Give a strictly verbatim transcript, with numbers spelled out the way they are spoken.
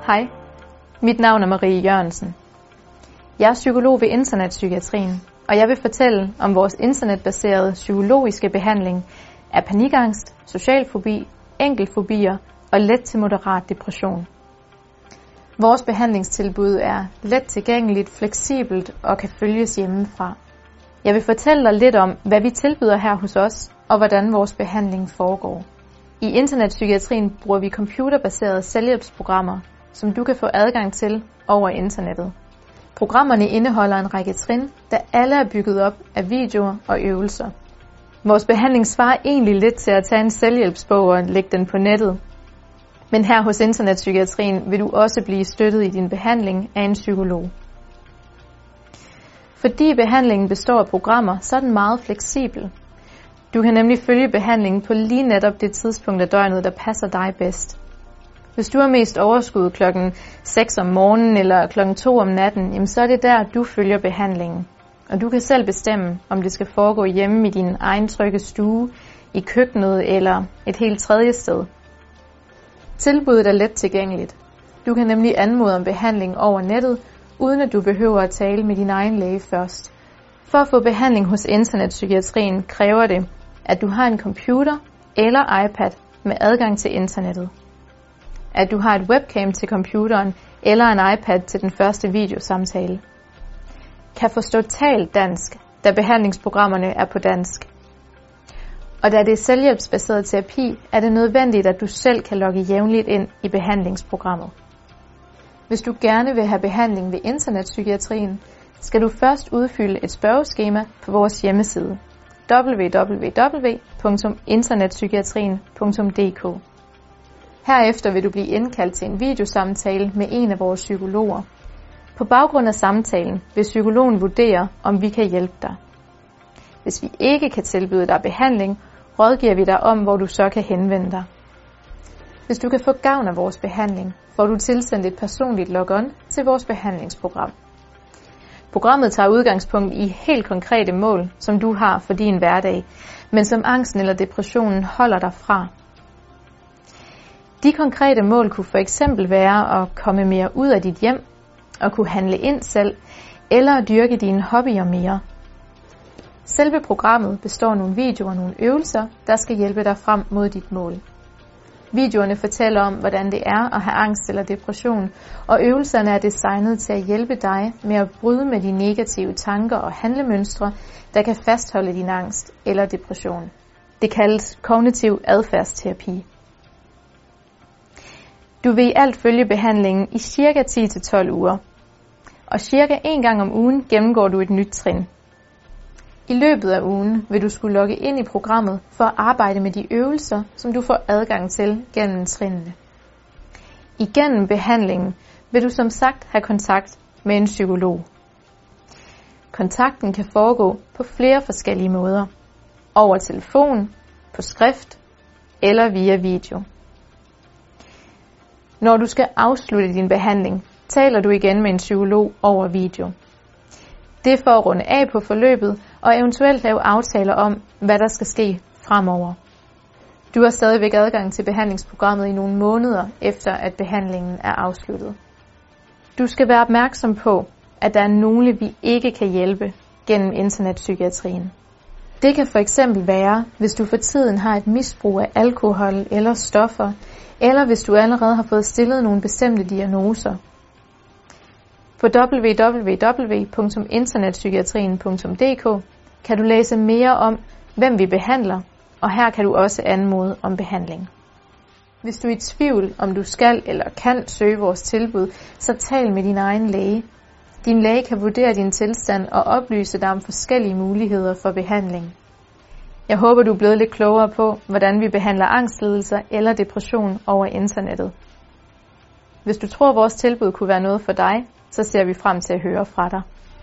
Hej, mit navn er Marie Jørgensen. Jeg er psykolog ved Internetpsykiatrien, og jeg vil fortælle om vores internetbaserede psykologiske behandling af panikangst, social fobi, enkeltfobier og let til moderat depression. Vores behandlingstilbud er let tilgængeligt, fleksibelt og kan følges hjemmefra. Jeg vil fortælle dig lidt om, hvad vi tilbyder her hos os, og hvordan vores behandling foregår. I internetpsykiatrien bruger vi computerbaserede selvhjælpsprogrammer, som du kan få adgang til over internettet. Programmerne indeholder en række trin, der alle er bygget op af videoer og øvelser. Vores behandling svarer egentlig lidt til at tage en selvhjælpsbog og lægge den på nettet. Men her hos internetpsykiatrien vil du også blive støttet i din behandling af en psykolog. Fordi behandlingen består af programmer, så er den meget fleksibel. Du kan nemlig følge behandlingen på lige netop det tidspunkt af døgnet, der passer dig bedst. Hvis du har mest overskud klokken seks om morgenen eller klokken to om natten, jamen så er det der, du følger behandlingen. Og du kan selv bestemme, om det skal foregå hjemme i din egen trygge stue, i køkkenet eller et helt tredje sted. Tilbuddet er let tilgængeligt. Du kan nemlig anmode om behandling over nettet, uden at du behøver at tale med din egen læge først. For at få behandling hos internetpsykiatrien kræver det, at du har en computer eller iPad med adgang til internettet. At du har et webcam til computeren eller en iPad til den første videosamtale. Kan forstå talt dansk, da behandlingsprogrammerne er på dansk. Og da det er selvhjælpsbaseret terapi, er det nødvendigt, at du selv kan logge jævnligt ind i behandlingsprogrammet. Hvis du gerne vil have behandling ved internetpsykiatrien, skal du først udfylde et spørgeskema på vores hjemmeside w w w punktum internetpsykiatrien punktum d k. Herefter vil du blive indkaldt til en videosamtale med en af vores psykologer. På baggrund af samtalen vil psykologen vurdere, om vi kan hjælpe dig. Hvis vi ikke kan tilbyde dig behandling, rådgiver vi dig om, hvor du så kan henvende dig. Hvis du kan få gavn af vores behandling, får du tilsendt et personligt logon til vores behandlingsprogram. Programmet tager udgangspunkt i helt konkrete mål, som du har for din hverdag, men som angsten eller depressionen holder dig fra. De konkrete mål kunne for eksempel være at komme mere ud af dit hjem, at kunne handle ind selv, eller at dyrke dine hobbyer mere. Selve programmet består af nogle videoer og nogle øvelser, der skal hjælpe dig frem mod dit mål. Videoerne fortæller om, hvordan det er at have angst eller depression, og øvelserne er designet til at hjælpe dig med at bryde med de negative tanker og handlemønstre, der kan fastholde din angst eller depression. Det kaldes kognitiv adfærdsterapi. Du vil i alt følge behandlingen i cirka ti til tolv uger, og cirka en gang om ugen gennemgår du et nyt trin. I løbet af ugen vil du skulle logge ind i programmet for at arbejde med de øvelser, som du får adgang til gennem trinene. Igennem behandlingen vil du som sagt have kontakt med en psykolog. Kontakten kan foregå på flere forskellige måder. Over telefon, på skrift eller via video. Når du skal afslutte din behandling, taler du igen med en psykolog over video. Det er for at runde af på forløbet og eventuelt lave aftaler om, hvad der skal ske fremover. Du har stadigvæk adgang til behandlingsprogrammet i nogle måneder efter, at behandlingen er afsluttet. Du skal være opmærksom på, at der er nogle, vi ikke kan hjælpe gennem internetpsykiatrien. Det kan for eksempel være, hvis du for tiden har et misbrug af alkohol eller stoffer, eller hvis du allerede har fået stillet nogle bestemte diagnoser. På w w w punktum internetpsykiatrien punktum d k kan du læse mere om, hvem vi behandler, og her kan du også anmode om behandling. Hvis du er i tvivl, om du skal eller kan søge vores tilbud, så tal med din egen læge. Din læge kan vurdere din tilstand og oplyse dig om forskellige muligheder for behandling. Jeg håber, du er blevet lidt klogere på, hvordan vi behandler angstlidelser eller depression over internettet. Hvis du tror, vores tilbud kunne være noget for dig, så ser vi frem til at høre fra dig.